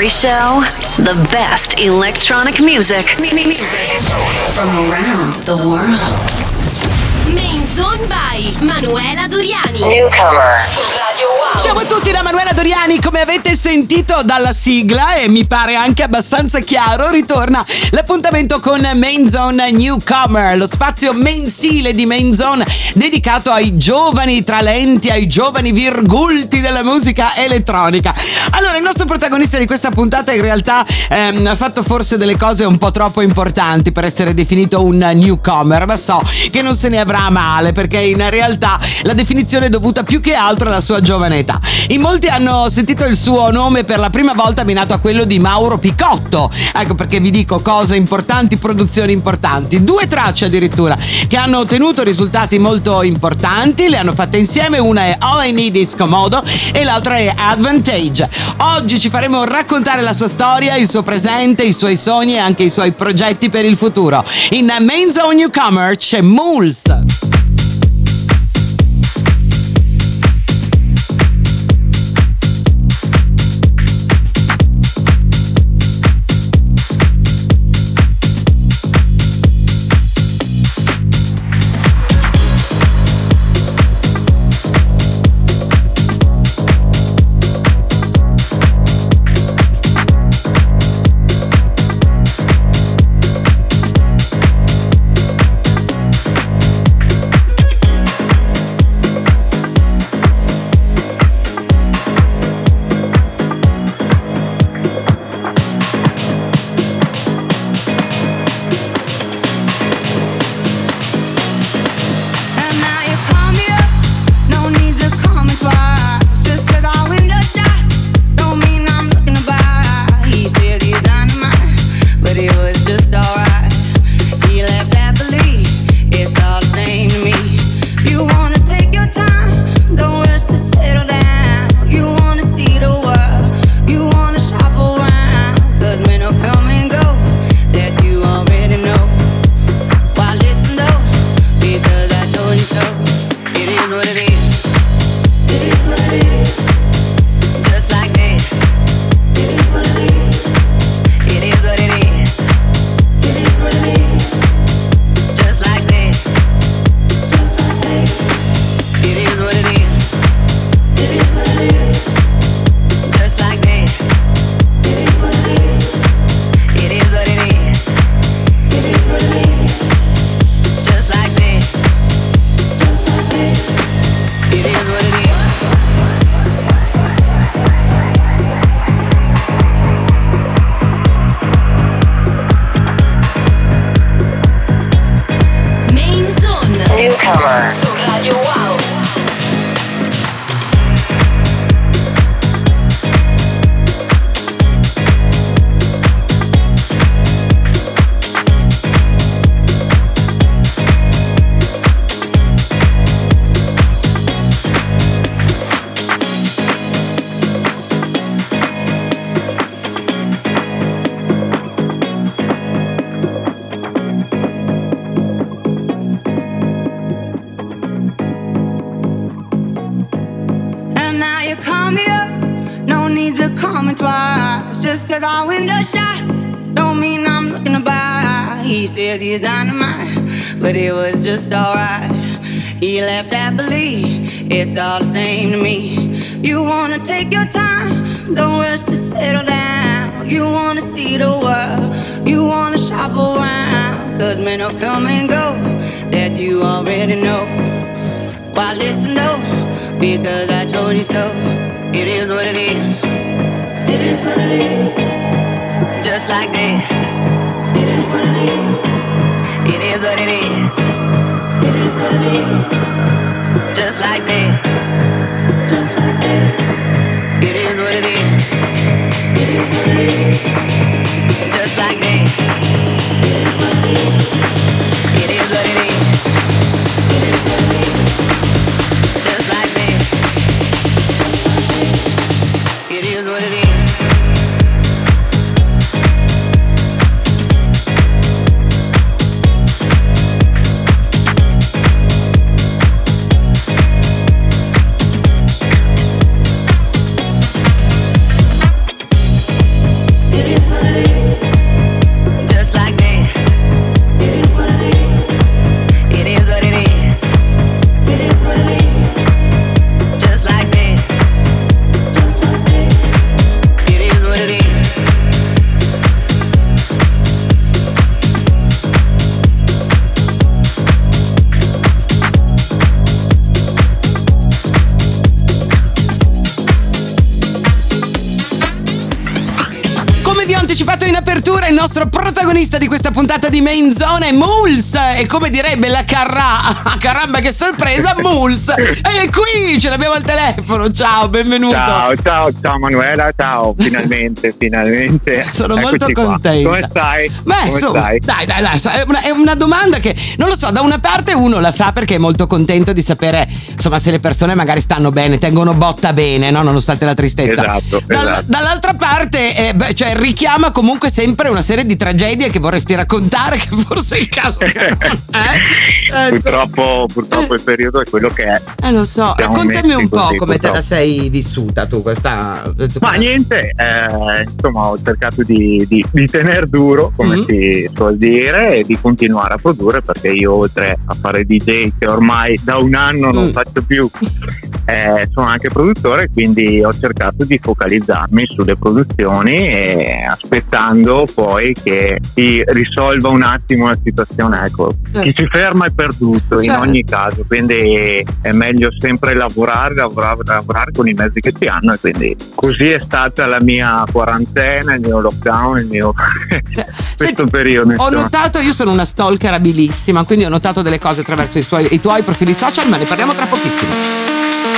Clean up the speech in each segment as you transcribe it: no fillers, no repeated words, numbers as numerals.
Bari Show, the best electronic music from around the world. Main Zone by Manuela Doriani. Newcomer. Ciao a tutti da Manuela Doriani, come avete sentito dalla sigla e mi pare anche abbastanza chiaro, ritorna l'appuntamento con Main Zone Newcomer, lo spazio mensile di Main Zone dedicato ai giovani talenti, ai giovani virgulti della musica elettronica. Allora, il nostro protagonista di questa puntata in realtà ha fatto forse delle cose un po' troppo importanti per essere definito un newcomer, ma so che non se ne avrà male, perché in realtà la definizione è dovuta più che altro alla sua giovane età. In molti hanno sentito il suo nome per la prima volta abbinato a quello di Mauro Picotto, ecco perché vi dico cose importanti, produzioni importanti, 2 tracce addirittura che hanno ottenuto risultati molto importanti, le hanno fatte insieme, una è All I Need Is Comodo e l'altra è Advantage. Oggi ci faremo raccontare la sua storia, il suo presente, i suoi sogni e anche i suoi progetti per il futuro. In Main Zone Newcomer c'è Mools. Just cause our window shot don't mean I'm looking to buy. He says he's dynamite, but it was just alright. He left happily, it's all the same to me. You wanna take your time, don't rush to settle down. You wanna see the world, you wanna shop around. Cause men will come and go, that you already know. Why listen though, because I told you so. It is what it is. It is what it is. Just like this. It is what it is. It is what it is. It is what it is. Just like this. Just like this. It is what it is. It is what it is. Just like this. It is what it is. It is what it is. It is what it is. Just like this. Just like this. It is what it is. apertura il nostro protagonista di questa puntata di Main Zone è Mools, e come direbbe la caramba che sorpresa, Mools è qui, ce l'abbiamo al telefono. Ciao, benvenuto. Ciao Manuela, ciao, finalmente. Sono Eccoci molto qua. contenta. Come stai? Beh, insomma, dai, è una domanda che non lo so, da una parte uno la fa perché è molto contento di sapere, insomma, se le persone magari stanno bene, tengono botta bene, no? Nonostante la tristezza. Esatto. Dall'altra parte, cioè richiama comunque sempre una serie di tragedie che vorresti raccontare, che forse è il caso che purtroppo il periodo è quello che è. Lo so, Siamo raccontami un po' così, come te la purtroppo. sei vissuta tu questa. Ma niente, insomma, ho cercato di tenere duro, come si suol dire, e di continuare a produrre, perché io, oltre a fare DJ, che ormai da un anno non faccio più, sono anche produttore, quindi ho cercato di focalizzarmi sulle produzioni, e aspettando poi che si risolva un attimo la situazione. Ecco, chi si ferma è perduto in ogni caso, quindi è meglio sempre lavorare con i mezzi che si hanno, e quindi così è stata la mia quarantena, il mio lockdown, questo periodo. Ho notato, io sono una stalker abilissima, quindi ho notato delle cose attraverso i tuoi profili social, ma ne parliamo tra pochissimo.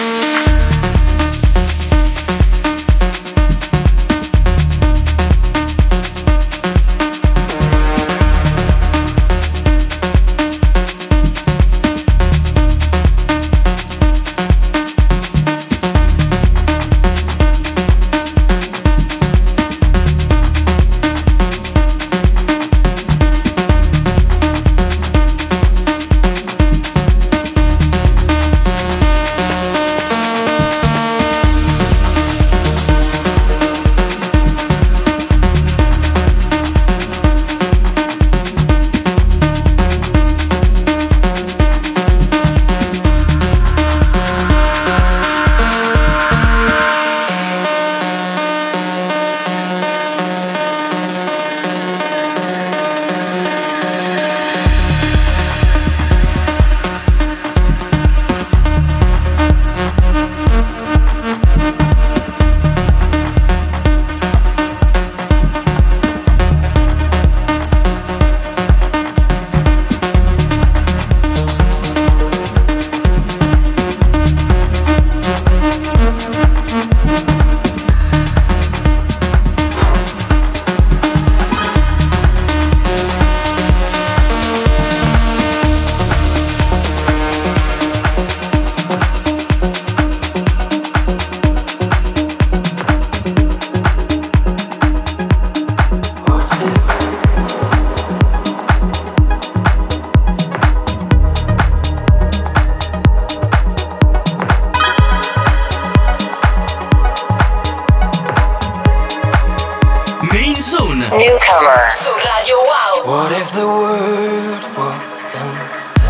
Newcomer su Radio Wow. What if the world would stand still?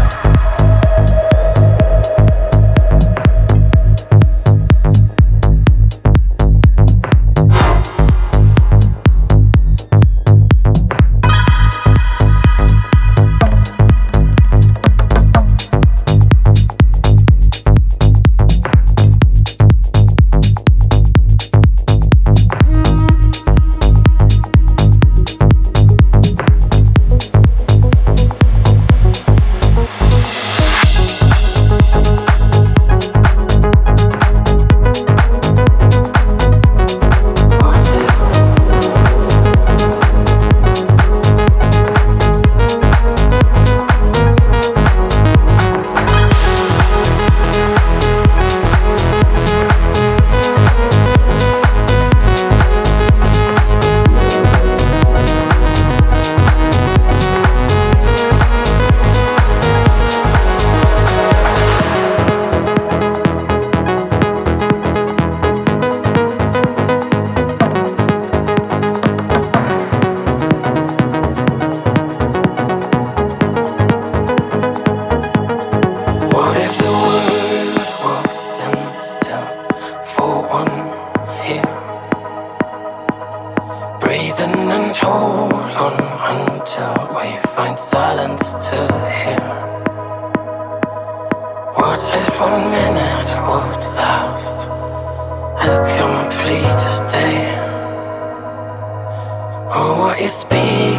It's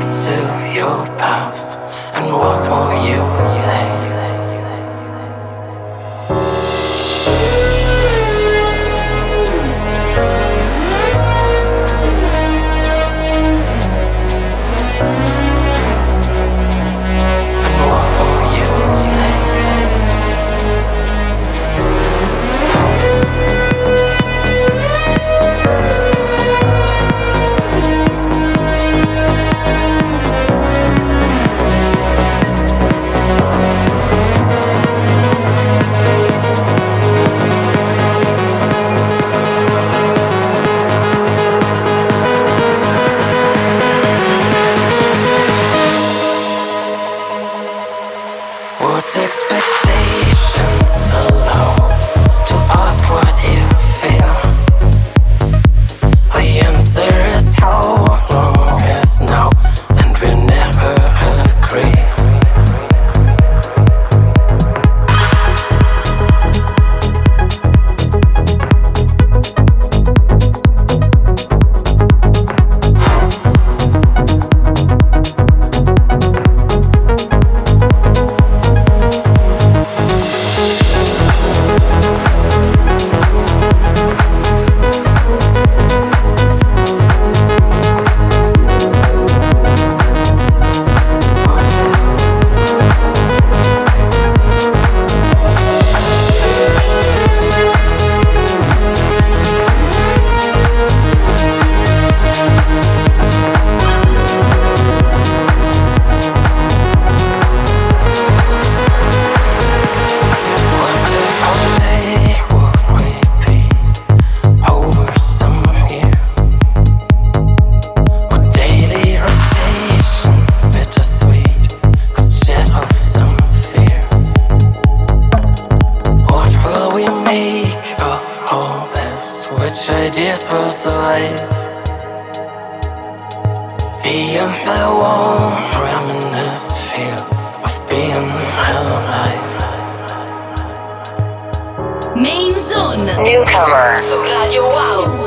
to your past, and what will you say? Expectations so low to ask what you feel. The answer is how long is now, and we'll never agree. Ideas will survive beyond the warm reminiscent feel of being alive. Main Zone Newcomer su Radio Wow.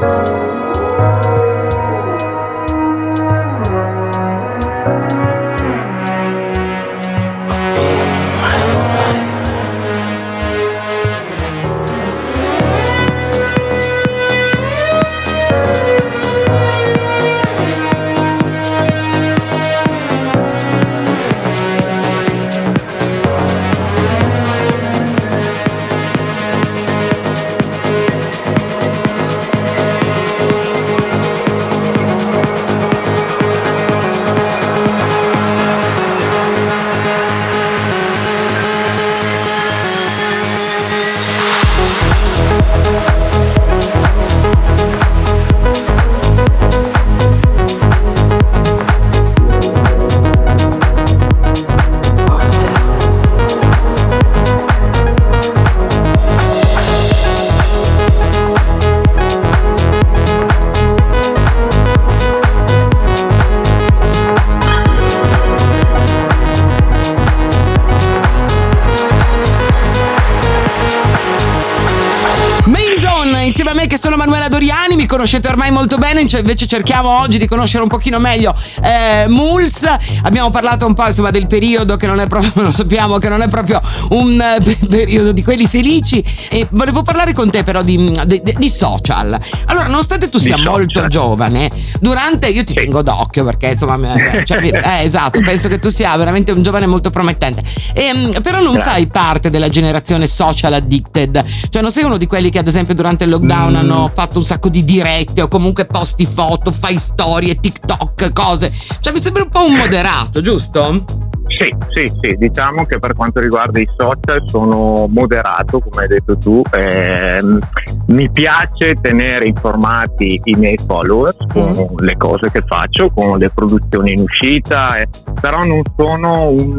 Insieme a me che sono Manuela Doriani, mi conoscete ormai molto bene, invece cerchiamo oggi di conoscere un pochino meglio Mools. Abbiamo parlato un po' insomma del periodo che non è proprio, lo sappiamo che non è proprio un periodo di quelli felici, e volevo parlare con te però di social. Allora, nonostante tu sia molto giovane, durante, io ti tengo d'occhio perché insomma esatto, penso che tu sia veramente un giovane molto promettente, però non fai parte della generazione social addicted, cioè non sei uno di quelli che ad esempio durante il lockdown hanno fatto un sacco di dirette o comunque posti foto, fai storie, TikTok, cose, cioè mi sembra un po' un moderato, giusto? Sì, diciamo che per quanto riguarda i social sono moderato, come hai detto tu. Mi piace tenere informati i miei followers con le cose che faccio, con le produzioni in uscita, però non sono un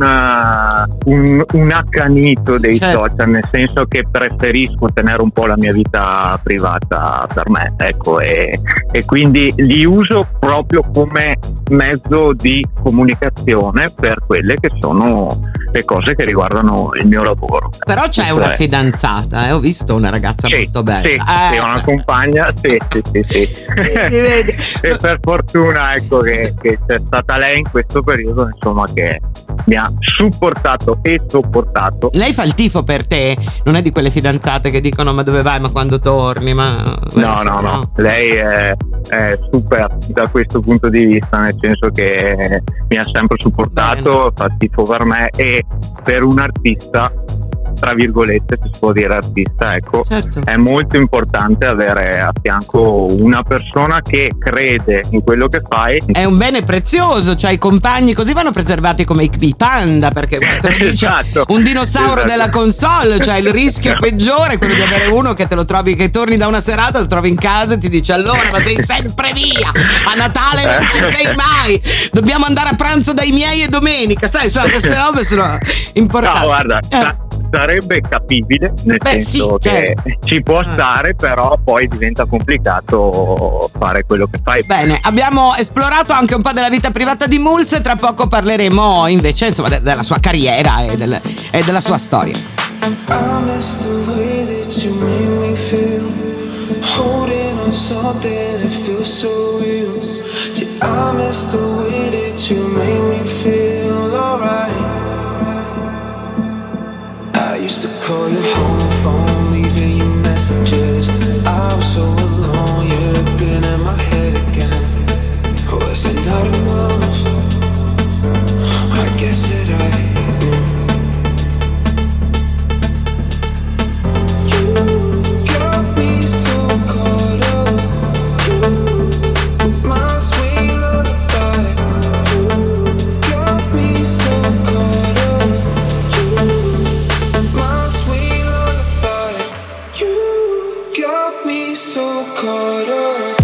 accanito dei social, nel senso che preferisco tenere un po' la mia vita privata per me, ecco, e quindi li uso proprio come mezzo di comunicazione per quelle che sono le cose che riguardano il mio lavoro. Però c'è una fidanzata, ho visto una ragazza molto bella. Sì, una compagna, sì. Vedi. E per fortuna, ecco, che c'è stata lei in questo periodo, insomma, che mi ha supportato e sopportato. Lei fa il tifo per te? Non è di quelle fidanzate che dicono ma dove vai, ma quando torni? No. Lei è super da questo punto di vista, nel senso che mi ha sempre supportato, fa tifo per me, e per un artista, tra virgolette, se si può dire artista, ecco, certo, è molto importante avere a fianco una persona che crede in quello che fai. È un bene prezioso, cioè i compagni così vanno preservati come i panda, perché te lo dice un dinosauro della console, cioè il rischio peggiore è quello di avere uno che te lo trovi, che torni da una serata, lo trovi in casa e ti dice allora ma sei sempre via, a Natale non ci sei mai, dobbiamo andare a pranzo dai miei e domenica, sai, queste robe sono importanti. No, guarda, sarebbe capibile, nel senso che ci può stare, però poi diventa complicato fare quello che fai. Bene, abbiamo esplorato anche un po' della vita privata di Mulz, tra poco parleremo invece, insomma, della sua carriera e della sua storia. I used to call your home phone, leaving you messages. I was so alone, you've been in my head again. Was it not enough? I guess that I knew. You got me so caught up. You, my sweet lullaby. You got me so caught up. So caught up.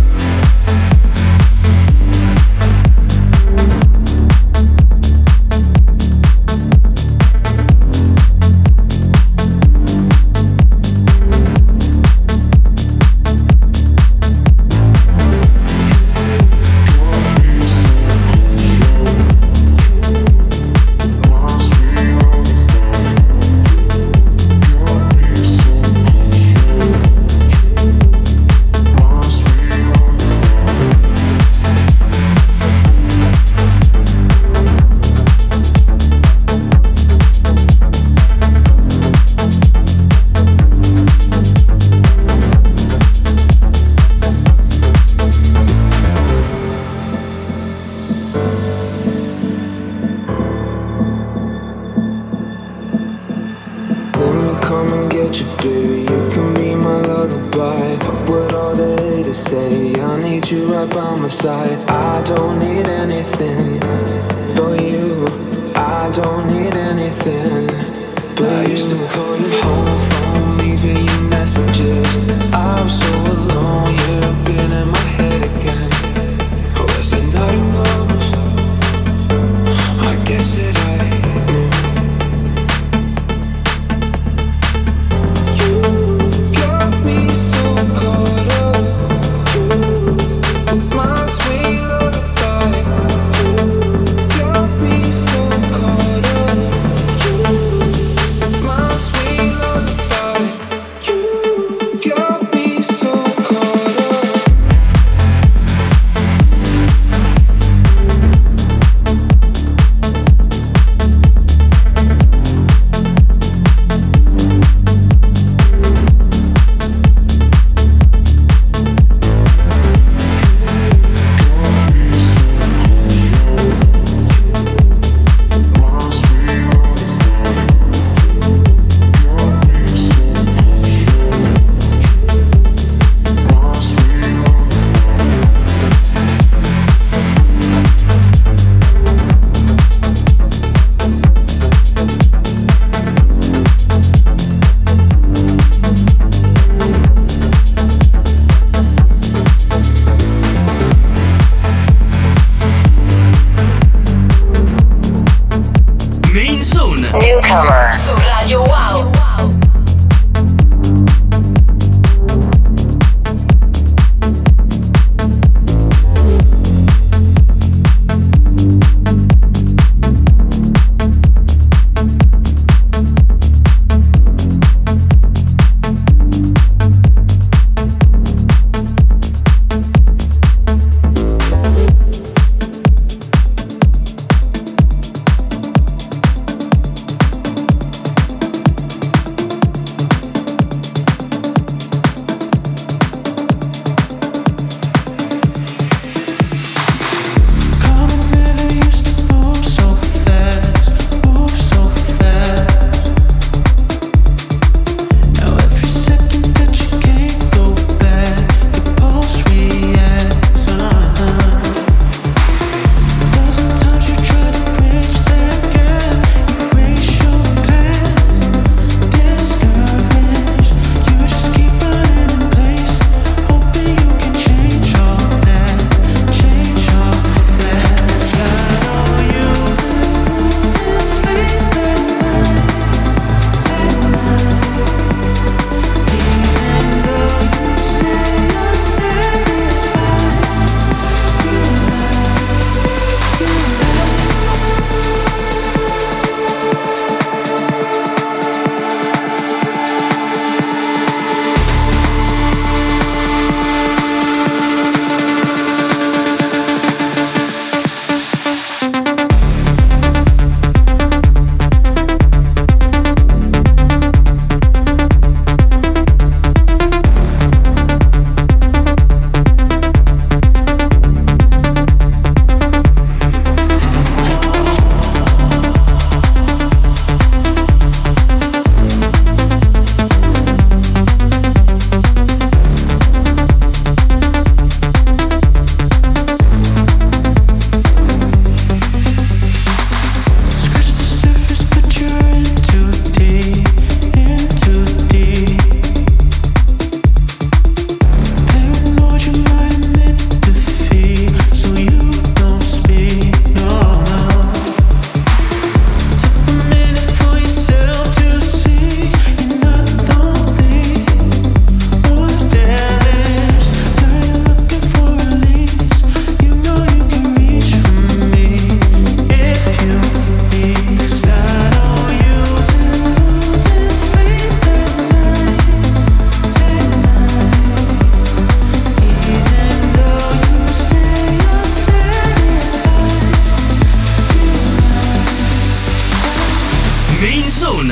Newcomer su Radio Wow.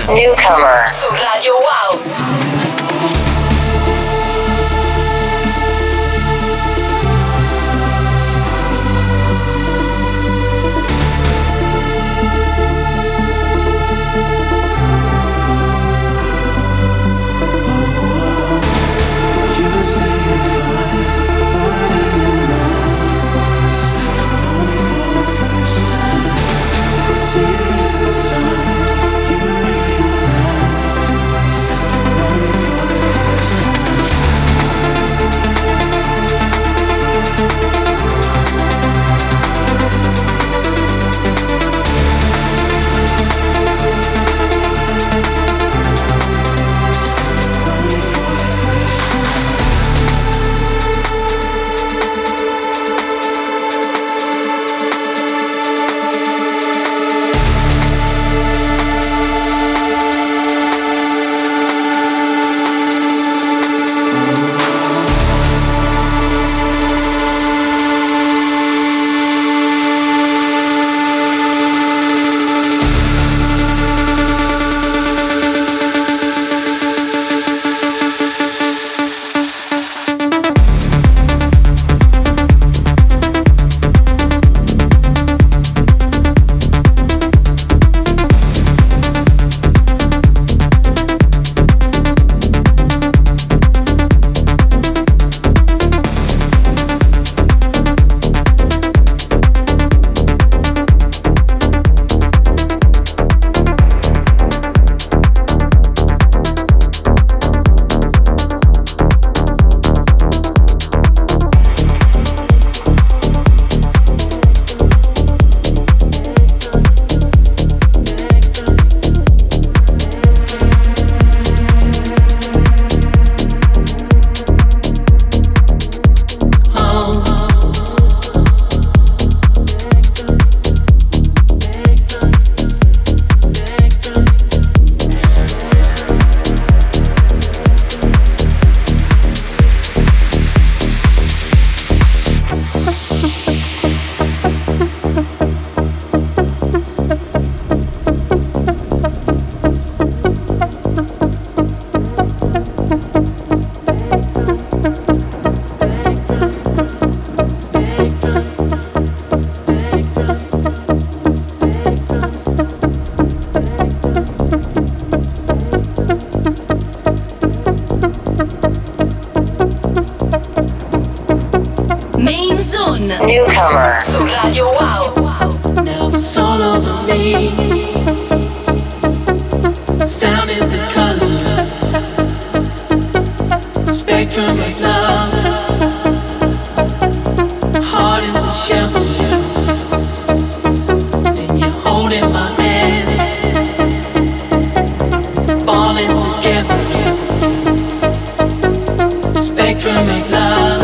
Newcomer su Radio Wow. Newcomer su Radio Wow. Now it's all over me. Sound is a color, spectrum of love. Heart is a shelter, and you're holding my hand, falling together. Spectrum of love.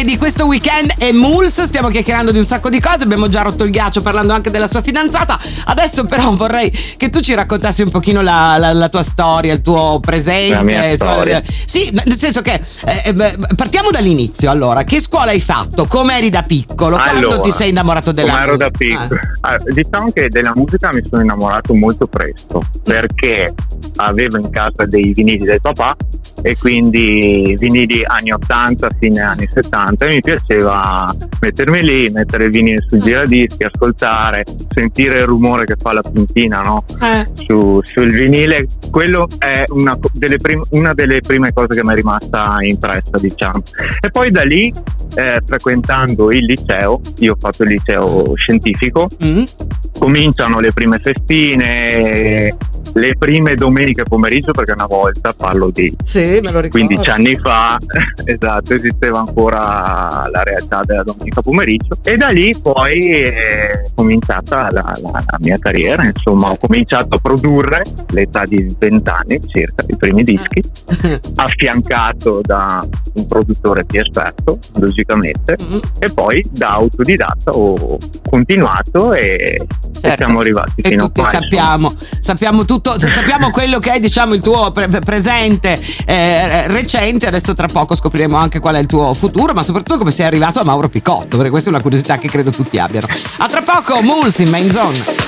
di questo weekend è Mouls. Stiamo chiacchierando di un sacco di cose, abbiamo già rotto il ghiaccio parlando anche della sua fidanzata. Adesso però vorrei che tu ci raccontassi un pochino la tua storia, il tuo presente. La mia storia. Sì, nel senso che partiamo dall'inizio. Allora, che scuola hai fatto? Come eri da piccolo? Quando ti sei innamorato della musica? musica? Ero da piccolo. Diciamo che della musica mi sono innamorato molto presto, perché avevo in casa dei vinili del papà e quindi vinili anni 80, fine anni 70, e mi piaceva mettermi lì, mettere il vinile sul giradischi, ascoltare, sentire il rumore che fa la puntina, no? Sul vinile. Quello è una delle prime cose che mi è rimasta impressa, diciamo. E poi da lì, frequentando il liceo, io ho fatto il liceo scientifico, cominciano le prime festine, le prime domeniche pomeriggio, perché una volta, parlo di me lo ricordo, 15 anni fa, esatto, esisteva ancora la realtà della domenica pomeriggio, e da lì poi è cominciata la mia carriera. Insomma, ho cominciato a produrre all'età di 20 anni circa i primi dischi, affiancato da un produttore più esperto, logicamente, e poi da autodidatta ho continuato e siamo arrivati e fino tutti a qua. sappiamo tutto, sappiamo quello che è, diciamo, il tuo presente recente. Adesso tra poco scopriremo anche qual è il tuo futuro, ma soprattutto come sei arrivato a Mauro Picotto, perché questa è una curiosità che credo tutti abbiano. A tra poco, Mouls in Main Zone.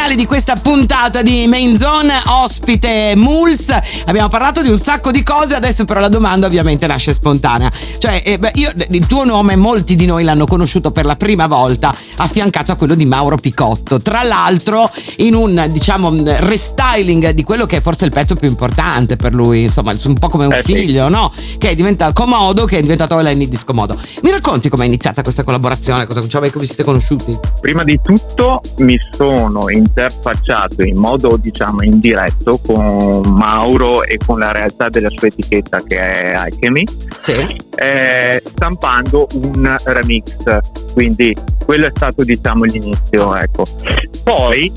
finale di questa puntata di Main Zone, ospite Mulz. Abbiamo parlato di un sacco di cose, adesso però la domanda ovviamente nasce spontanea. Cioè, il tuo nome molti di noi l'hanno conosciuto per la prima volta affiancato a quello di Mauro Picotto, tra l'altro in un, diciamo, restyling di quello che è forse il pezzo più importante per lui, insomma, un po' come un figlio, no? Che è diventato Comodo, che è diventato Lenny Disco Modo. Mi racconti com'è iniziata questa collaborazione? Come vi siete conosciuti? Prima di tutto mi sono interfacciato in modo, diciamo, indiretto con Mauro e con la realtà della sua etichetta, che è Alchemy, sì. Stampando un remix, quindi quello è stato, diciamo, l'inizio, ecco. Poi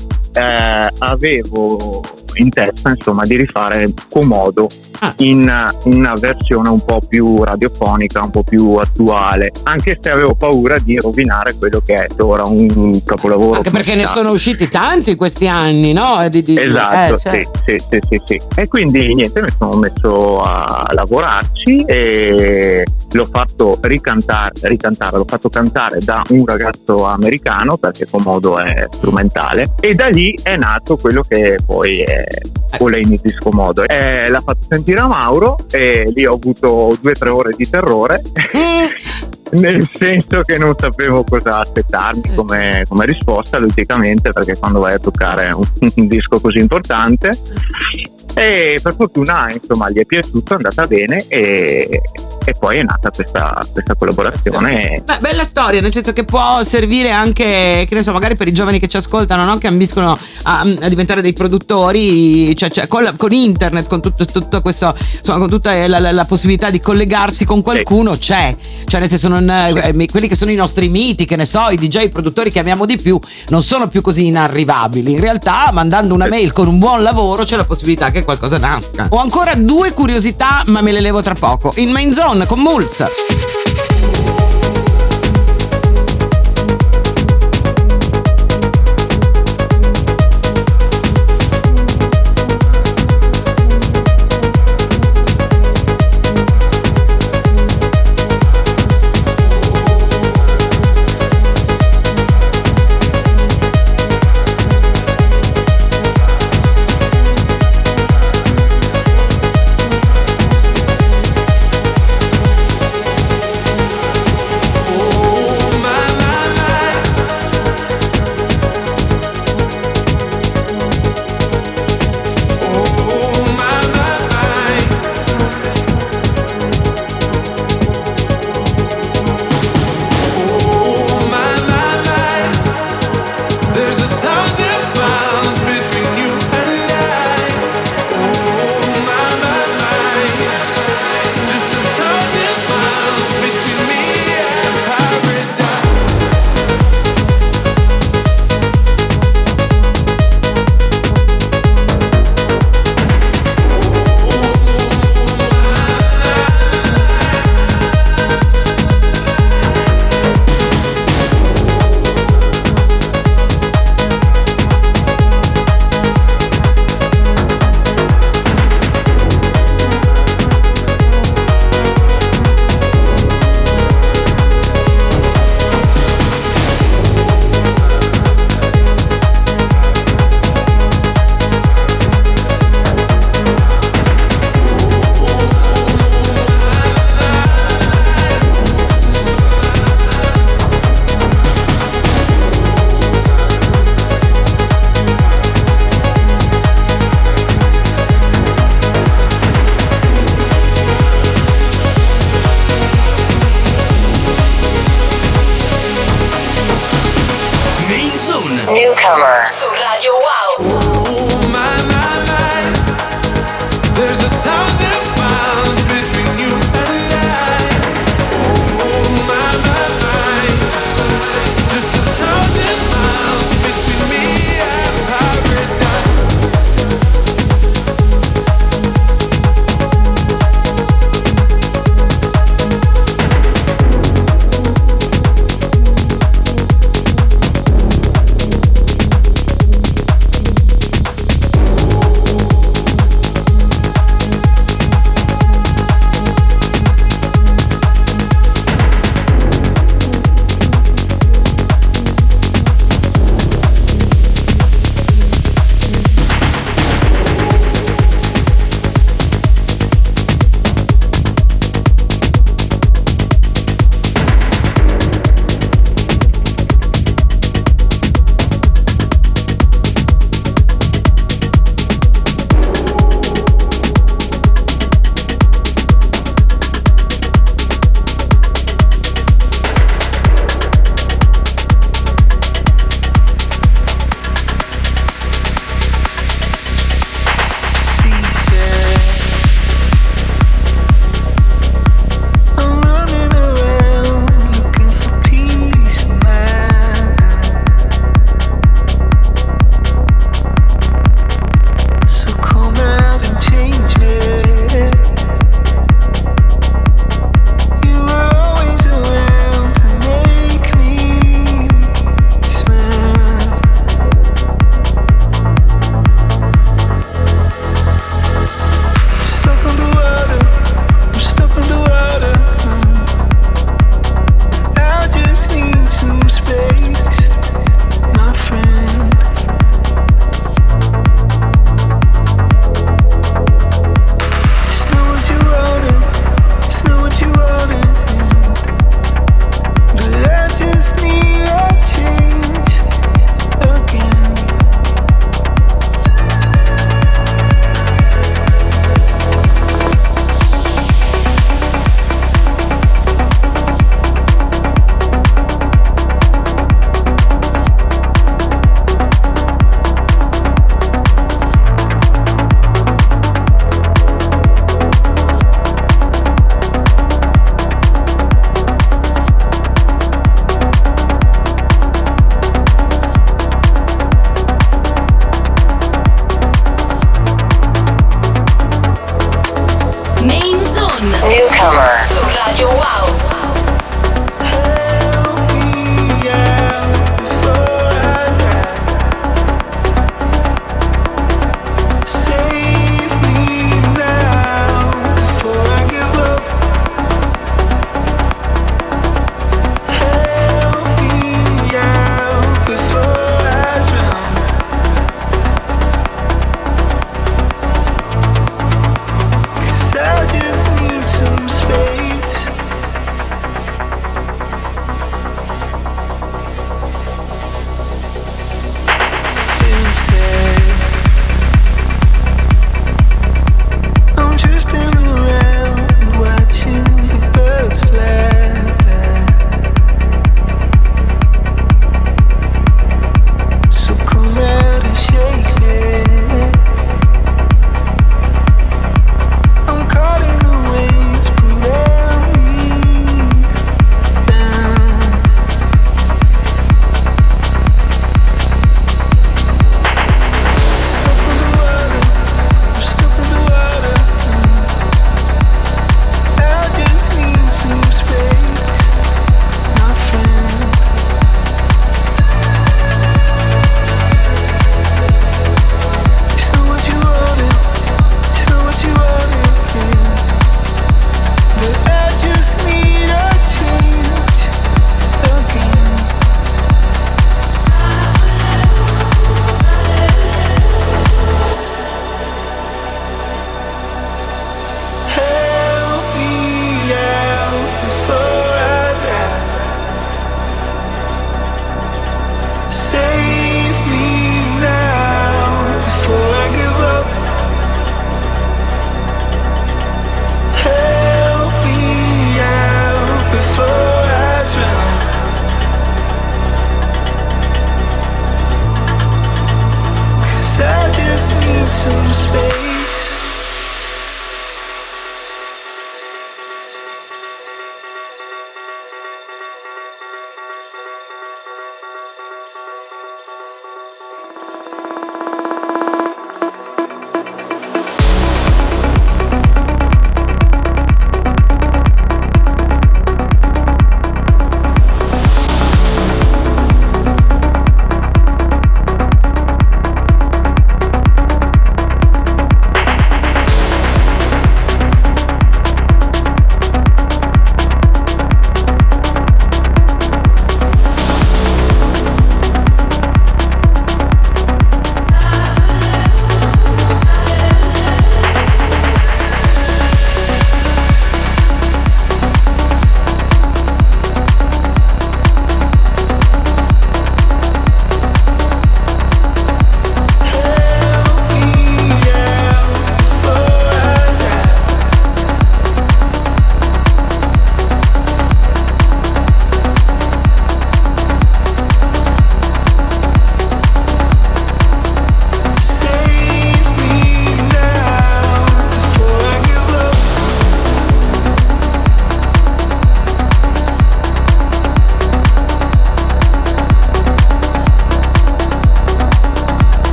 avevo in testa, insomma, di rifare Comodo in una versione un po' più radiofonica, un po' più attuale, anche se avevo paura di rovinare quello che è ora un capolavoro. Anche perché ne sono usciti tanti questi anni, no? Esatto, sì. E quindi niente, mi sono messo a lavorarci e l'ho fatto l'ho fatto cantare da un ragazzo americano, perché Comodo è strumentale, e da lì è nato quello che poi è Lenny Disco Modo. L'ha fatto sentire a Mauro e lì ho avuto 2-3 ore di terrore nel senso che non sapevo cosa aspettarmi come risposta, logicamente, perché quando vai a toccare un disco così importante, e per fortuna, insomma, gli è piaciuto, è andata bene e poi è nata questa collaborazione. Beh, bella storia, nel senso che può servire anche, che ne so, magari per i giovani che ci ascoltano, no? Che ambiscono a diventare dei produttori, cioè con internet, con tutto questo, insomma, con tutta la possibilità di collegarsi con qualcuno, c'è, cioè nel senso quelli che sono i nostri miti, che ne so, i DJ, i produttori che amiamo di più, non sono più così inarrivabili. In realtà, mandando una mail con un buon lavoro, c'è la possibilità che qualcosa nasca. Ho ancora 2 curiosità, ma me le levo tra poco. In Main Zone con Mulz.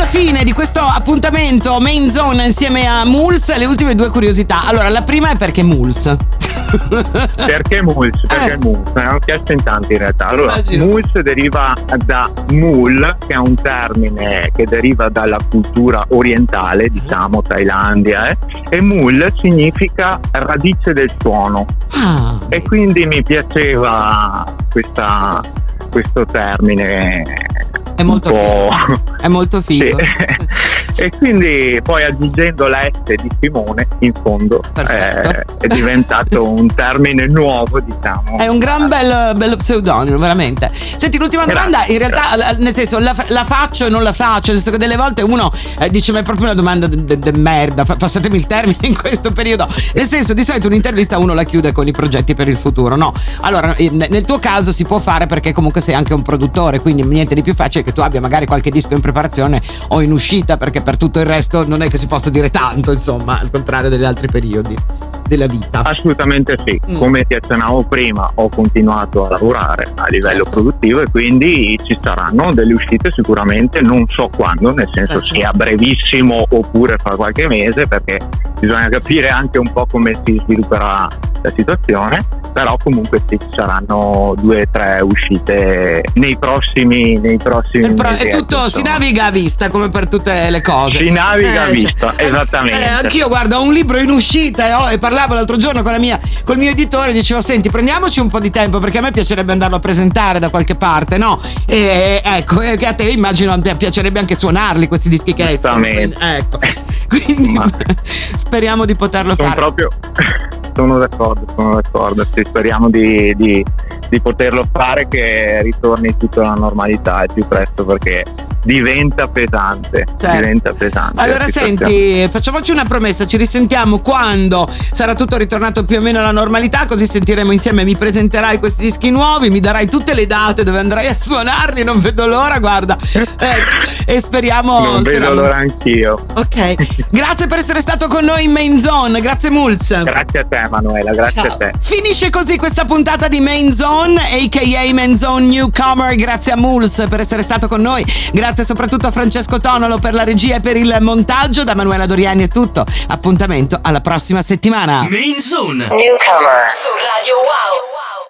alla fine di questo appuntamento Main Zone insieme a Mulz, le ultime due curiosità. Allora, la prima è perché Mulz? Perché Mulz? Perché Mulz? Ne hanno chiesto in tanti in realtà. Allora, Immagino. Mulz deriva da Mul, che è un termine che deriva dalla cultura orientale, diciamo Thailandia, e Mul significa radice del suono. Ah, E quindi mi piaceva questo termine. è molto un po'. figo. È molto figo. Sì. E quindi poi aggiungendo la S di Simone in fondo è diventato un termine nuovo, diciamo. È un gran bello pseudonimo, veramente. Senti, l'ultima domanda, in realtà, nel senso, la faccio e non la faccio, nel senso che delle volte uno dice, ma è proprio una domanda de merda, passatemi il termine in questo periodo. Nel senso, di solito un'intervista uno la chiude con i progetti per il futuro, no? Allora, nel tuo caso si può fare perché comunque sei anche un produttore, quindi niente di più facile che tu abbia magari qualche disco in preparazione o in uscita, perché per tutto il resto non è che si possa dire tanto, insomma, al contrario degli altri periodi della vita. Assolutamente sì, come ti accennavo prima, ho continuato a lavorare a livello produttivo e quindi ci saranno delle uscite sicuramente, non so quando, nel senso sia brevissimo oppure fra qualche mese, perché bisogna capire anche un po' come si svilupperà la situazione, però comunque sì, ci saranno 2 o 3 uscite nei prossimi mesi. È tutto, si naviga a vista come per tutte le cose. Si naviga a vista, esattamente. Anch'io guarda, ho un libro in uscita e parlavo l'altro giorno col mio editore, dicevo, senti, prendiamoci un po' di tempo perché a me piacerebbe andarlo a presentare da qualche parte, no? E ecco, che a te immagino piacerebbe anche suonarli questi dischi che escono. Ecco. Quindi speriamo di poterlo fare. Sono d'accordo, sì, speriamo di poterlo fare, che ritorni tutto alla normalità il più presto, perché diventa pesante. Allora senti, facciamoci una promessa, ci risentiamo quando sarà tutto ritornato più o meno alla normalità, così sentiremo insieme, mi presenterai questi dischi nuovi, mi darai tutte le date dove andrai a suonarli, non vedo l'ora, guarda. E speriamo. Non vedo l'ora anch'io. Ok, grazie per essere stato con noi in Main Zone, grazie Mulz. Grazie a te Manuela, grazie a te. Finisce così questa puntata di Main Zone, a.k.a. Main Zone Newcomer, grazie a Mulz per essere stato con noi, grazie soprattutto a Francesco Tonolo per la regia e per il montaggio. Da Manuela Doriani è tutto, appuntamento alla prossima settimana. Main Zone Newcomer su Radio Wow.